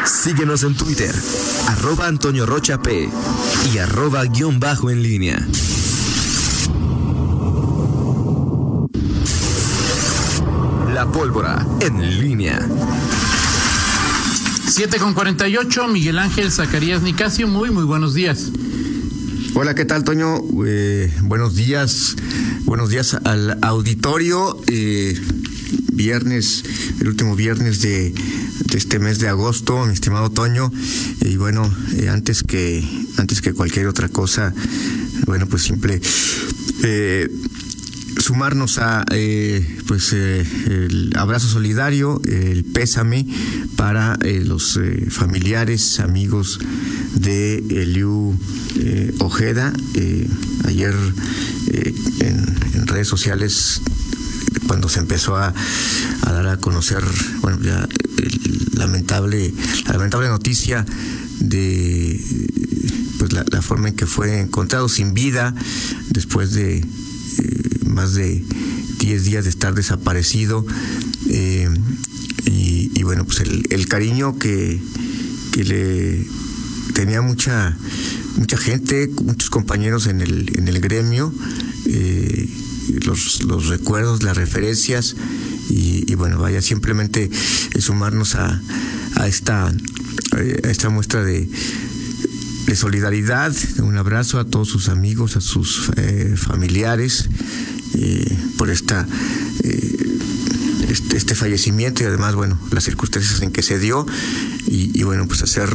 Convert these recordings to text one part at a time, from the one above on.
Síguenos en Twitter, @Antonio Rocha P y @_en línea. La Pólvora en línea. 7:48, Miguel Ángel Zacarías Nicasio, muy buenos días. Hola, ¿qué tal, Toño? Buenos días al auditorio. Viernes, el último viernes de este mes de agosto, mi estimado Toño. Y bueno, antes que cualquier otra cosa, bueno, pues simple sumarnos a el abrazo solidario, el pésame para los familiares, amigos de Eliu Ojeda. Ayer en redes sociales, cuando se empezó a dar a conocer, bueno, ya la lamentable noticia de pues la forma en que fue encontrado sin vida después de más de 10 días de estar desaparecido, y bueno, pues el cariño que le tenía mucha gente, muchos compañeros en el gremio, los recuerdos, las referencias, y bueno, vaya, simplemente sumarnos a esta muestra de solidaridad. Un abrazo a todos sus amigos, a sus familiares, por este fallecimiento, y además, bueno, las circunstancias en que se dio, y bueno, pues hacer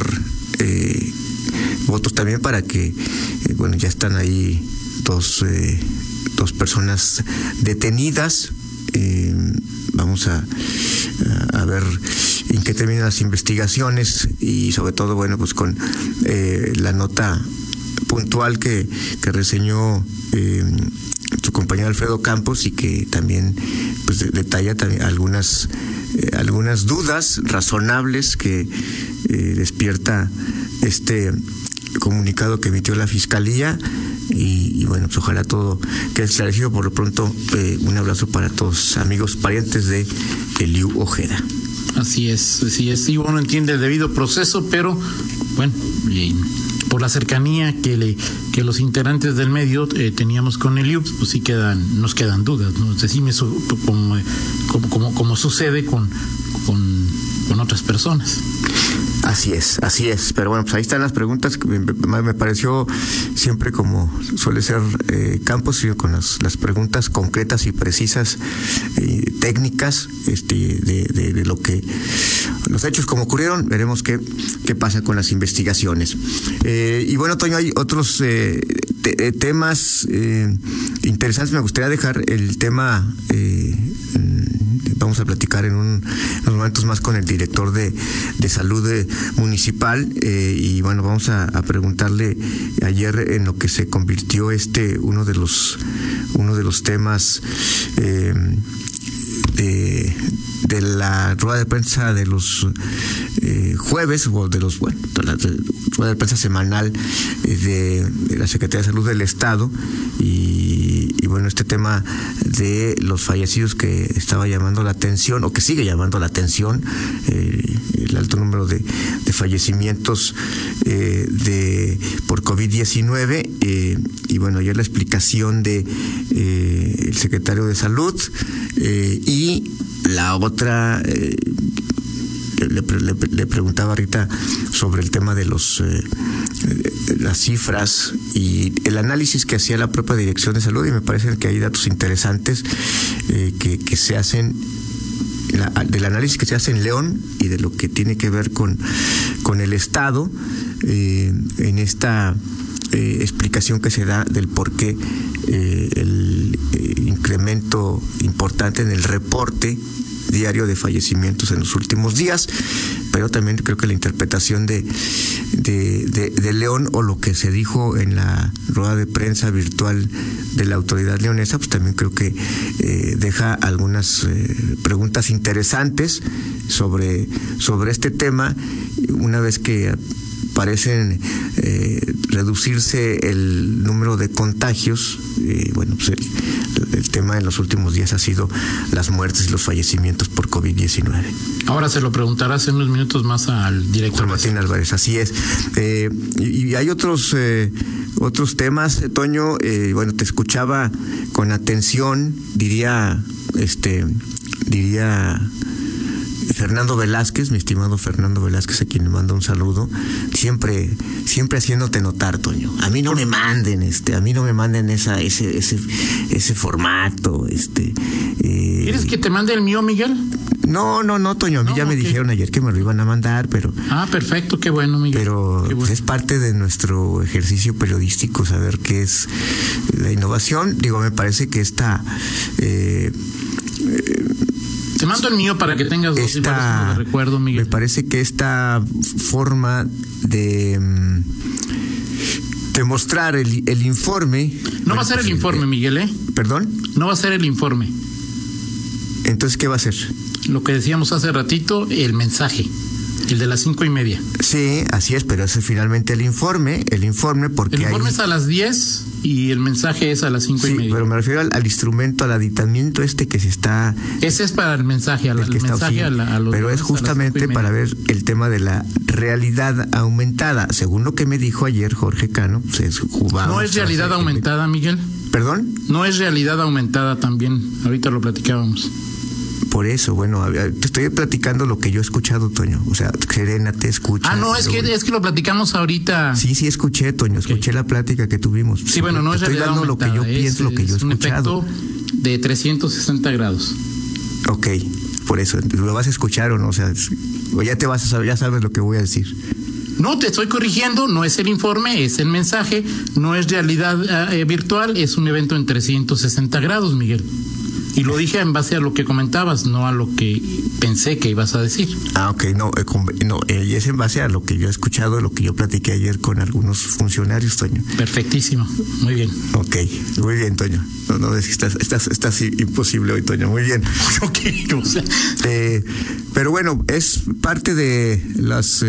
votos también para que, bueno, ya están ahí dos personas detenidas. Vamos a ver en qué terminan las investigaciones, y sobre todo, bueno, pues con la nota puntual que reseñó su compañero Alfredo Campos, y que también pues detalla también algunas dudas razonables que despierta este comunicado que emitió la Fiscalía, y bueno, pues ojalá todo quede esclarecido. Por lo pronto, un abrazo para todos, amigos, parientes de Eliu Ojeda. Así es, sí, uno entiende el debido proceso, pero bueno, por la cercanía que los integrantes del medio teníamos con Eliu, pues sí nos quedan dudas, ¿no? Decime como sucede con otras personas. Así es, pero bueno, pues ahí están las preguntas. Me pareció, siempre como suele ser Campos, con las preguntas concretas y precisas, técnicas, de lo que los hechos como ocurrieron. Veremos qué pasa con las investigaciones. Y bueno, Toño, hay otros temas interesantes. Me gustaría dejar el tema, vamos a platicar en unos momentos más con el director de salud municipal, y bueno, vamos a preguntarle ayer en lo que se convirtió uno de los temas de la rueda de prensa de los jueves, o de la rueda de prensa semanal de la Secretaría de Salud del Estado, y bueno, este tema de los fallecidos que estaba llamando la atención, o que sigue llamando la atención, el alto número de fallecimientos por COVID-19, y bueno, ayer la explicación de el secretario de Salud, y la otra, le preguntaba ahorita sobre el tema de las cifras y el análisis que hacía la propia Dirección de Salud, y me parece que hay datos interesantes que se hacen, del análisis que se hace en León y de lo que tiene que ver con el Estado, en esta explicación que se da del por qué el incremento importante en el reporte diario de fallecimientos en los últimos días, pero también creo que la interpretación de León, o lo que se dijo en la rueda de prensa virtual de la autoridad leonesa, pues también creo que deja algunas preguntas interesantes sobre este tema, una vez que parecen reducirse el número de contagios. Bueno, pues el tema en los últimos días ha sido las muertes y los fallecimientos por COVID-19. Ahora se lo preguntarás en unos minutos más al director Martín Álvarez, así es. Y hay otros temas, Toño. Bueno, te escuchaba con atención, diría Fernando Velázquez, mi estimado Fernando Velázquez, a quien le mando un saludo, siempre haciéndote notar, Toño. A mí no me manden, ese formato, ¿Quieres que te mande el mío, Miguel? No, Toño, a mí ya me dijeron ayer que me lo iban a mandar, pero... Ah, perfecto, qué bueno, Miguel. Pero bueno. Pues es parte de nuestro ejercicio periodístico saber qué es la innovación. Digo, me parece que esta... Te mando el mío para que tengas dos imágenes de recuerdo, Miguel. Me parece que esta forma de mostrar el informe... No va a ser el informe, Miguel, ¿eh? ¿Perdón? No va a ser el informe. Entonces, ¿qué va a ser? Lo que decíamos hace ratito, el mensaje, el de las 5:30. Sí, así es, pero ese es finalmente el informe porque el informe es a las 10 y el mensaje es a las 5:30. Sí, pero me refiero al instrumento, al aditamento que se está... Ese es para el mensaje, a los pero es justamente para ver el tema de la realidad aumentada. Según lo que me dijo ayer Jorge Cano, ¿no es realidad aumentada, Miguel? ¿Perdón? No es realidad aumentada también, ahorita lo platicábamos. Por eso, bueno, te estoy platicando lo que yo he escuchado, Toño. O sea, Serena te escucha. Ah, no, es que lo platicamos ahorita. Sí, escuché, Toño, escuché la plática que tuvimos. Sí, bueno, no es realidad aumentada. Estoy dando lo que yo pienso, lo que yo he escuchado. Un efecto de 360 grados. Ok, por eso, ¿lo vas a escuchar o no? O sea, ya sabes lo que voy a decir. No, te estoy corrigiendo, no es el informe, es el mensaje, no es realidad virtual, es un evento en 360 grados, Miguel. Y lo dije en base a lo que comentabas, no a lo que pensé que ibas a decir. Ah, ok, y es en base a lo que yo he escuchado, lo que yo platiqué ayer con algunos funcionarios, Toño. Perfectísimo, muy bien. Ok, muy bien, Toño. No, es que estás imposible hoy, Toño, muy bien. Ok, o sea. Pero bueno, es parte de las...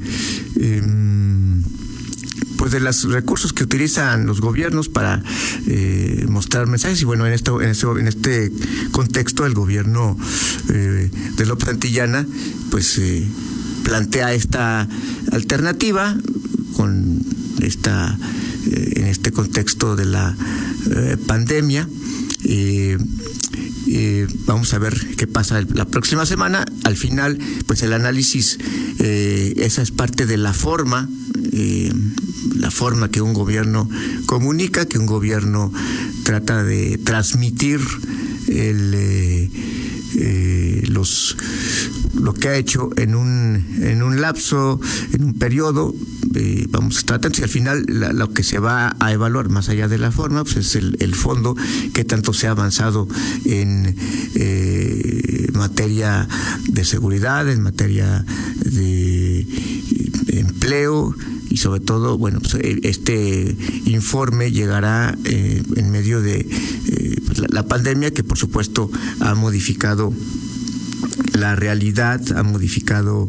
pues de los recursos que utilizan los gobiernos para mostrar mensajes. Y bueno, en este contexto el gobierno de López Santillana pues plantea esta alternativa con en este contexto de la pandemia. Vamos a ver qué pasa la próxima semana. Al final, pues el análisis, esa es parte de la forma que un gobierno comunica, que un gobierno trata de transmitir lo que ha hecho en un lapso, en un periodo. Vamos a estar atentos y al final lo que se va a evaluar más allá de la forma pues es el fondo, que tanto se ha avanzado en materia de seguridad, en materia de empleo. Y sobre todo, bueno, pues este informe llegará en medio de la pandemia, que por supuesto ha modificado la realidad, ha modificado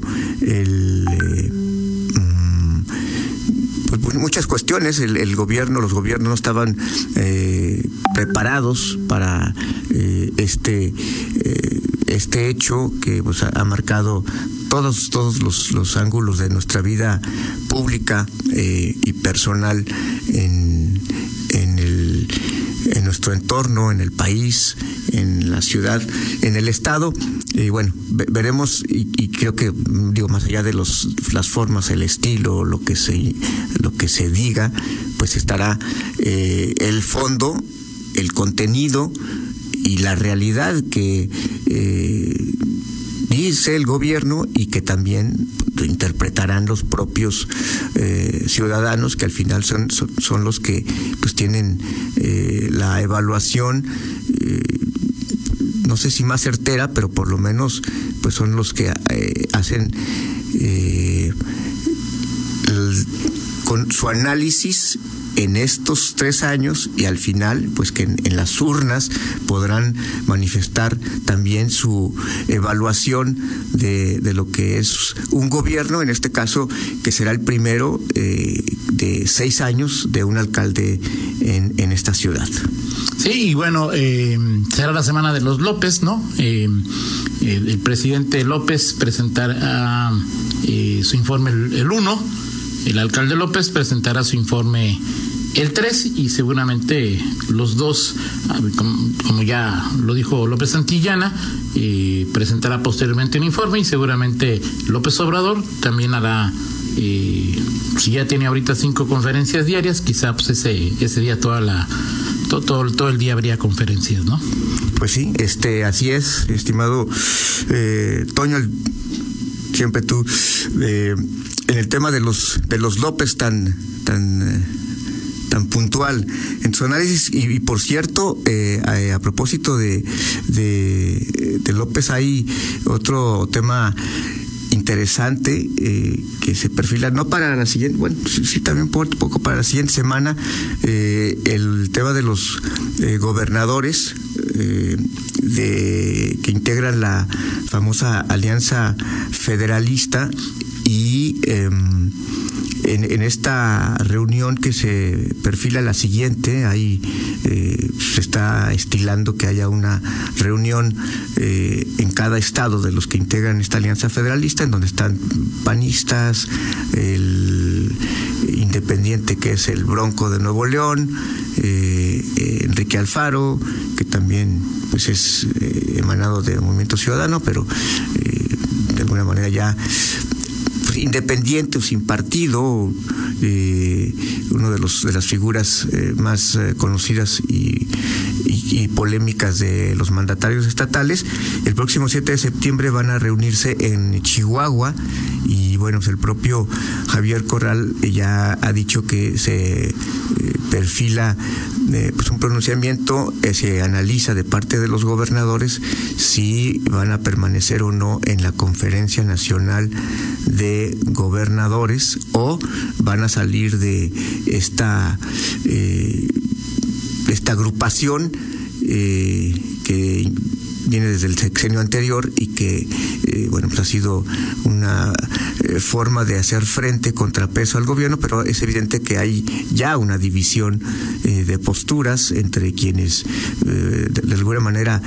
pues muchas cuestiones. Los gobiernos no estaban preparados para este hecho que pues ha marcado todos los ángulos de nuestra vida pública y personal en nuestro entorno, en el país, en la ciudad, en el estado. Y bueno, veremos y creo que, más allá de las formas, el estilo, lo que se diga, pues estará el fondo, el contenido y la realidad que dice el gobierno y que también interpretarán los propios ciudadanos, que al final son los que pues tienen la evaluación, no sé si más certera, pero por lo menos pues son los que hacen con su análisis en estos 3 años, y al final, pues que en las urnas podrán manifestar también su evaluación de lo que es un gobierno, en este caso, que será el primero de 6 años de un alcalde en esta ciudad. Sí, y bueno, será la semana de los López, ¿no? El presidente López presentará su informe el 1, el alcalde López presentará su informe el 3, y seguramente los dos, como ya lo dijo López Santillana, presentará posteriormente un informe, y seguramente López Obrador también hará, si ya tiene ahorita 5 conferencias diarias, quizá pues ese día todo el día habría conferencias, ¿no? Pues sí, así es, estimado Toño, siempre tú, en el tema de los López tan puntual en su análisis, y por cierto, a propósito de López, hay otro tema interesante que se perfila, no para la siguiente, bueno, sí también poco para la siguiente semana, el tema de los gobernadores que integran la famosa Alianza Federalista, y en esta reunión que se perfila la siguiente, ahí se está estilando que haya una reunión en cada estado de los que integran esta Alianza Federalista, en donde están panistas, el independiente que es el Bronco de Nuevo León, Enrique Alfaro, que también pues es emanado de Movimiento Ciudadano, pero de alguna manera ya independiente o sin partido, uno de las figuras más conocidas y polémicas de los mandatarios estatales. El próximo 7 de septiembre van a reunirse en Chihuahua, y bueno, pues el propio Javier Corral ya ha dicho que se perfila pues un pronunciamiento, se analiza de parte de los gobernadores si van a permanecer o no en la Conferencia Nacional de Gobernadores, o van a salir de esta agrupación que viene desde el sexenio anterior, y que bueno, pues ha sido una forma de hacer frente, contrapeso al gobierno, pero es evidente que hay ya una división de posturas entre quienes de alguna manera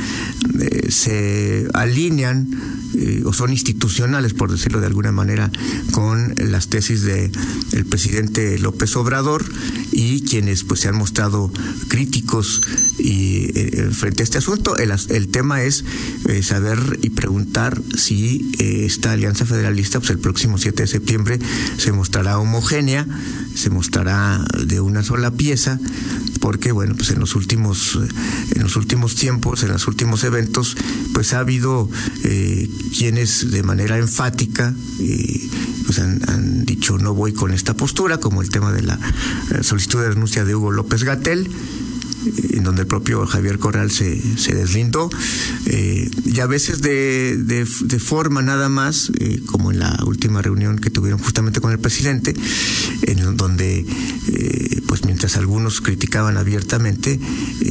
se alinean o son institucionales, por decirlo de alguna manera, con las tesis de el presidente López Obrador, y quienes pues se han mostrado críticos y frente a este asunto. El tema es saber y preguntar si esta Alianza Federalista, pues el próximo 7 de septiembre se mostrará homogénea, se mostrará de una sola pieza, porque bueno, pues en los últimos tiempos, en los últimos eventos, pues ha habido quienes de manera enfática pues han dicho no voy con esta postura, como el tema de la solicitud de renuncia de Hugo López-Gatell, en donde el propio Javier Corral se deslindó, y a veces de forma nada más, como en la última reunión que tuvieron justamente con el presidente, en donde pues mientras algunos criticaban abiertamente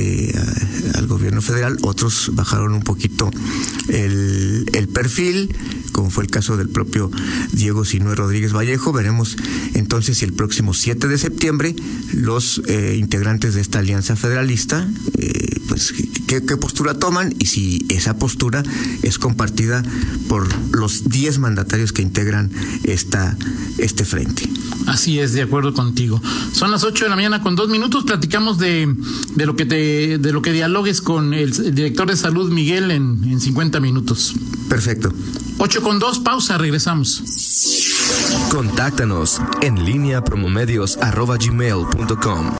al gobierno federal, otros bajaron un poquito el perfil, como fue el caso del propio Diego Sinue Rodríguez Vallejo. Veremos entonces si el próximo 7 de septiembre los integrantes de esta Alianza Federalista pues qué postura toman, y si esa postura es compartida por los 10 mandatarios que integran este frente. Así es, de acuerdo contigo. Son las 8 de la mañana con 2 minutos. Platicamos de lo que dialogues con el director de salud, Miguel, en 50 minutos. Perfecto. 8:02, pausa, regresamos. Contáctanos en línea promomedios@gmail.com.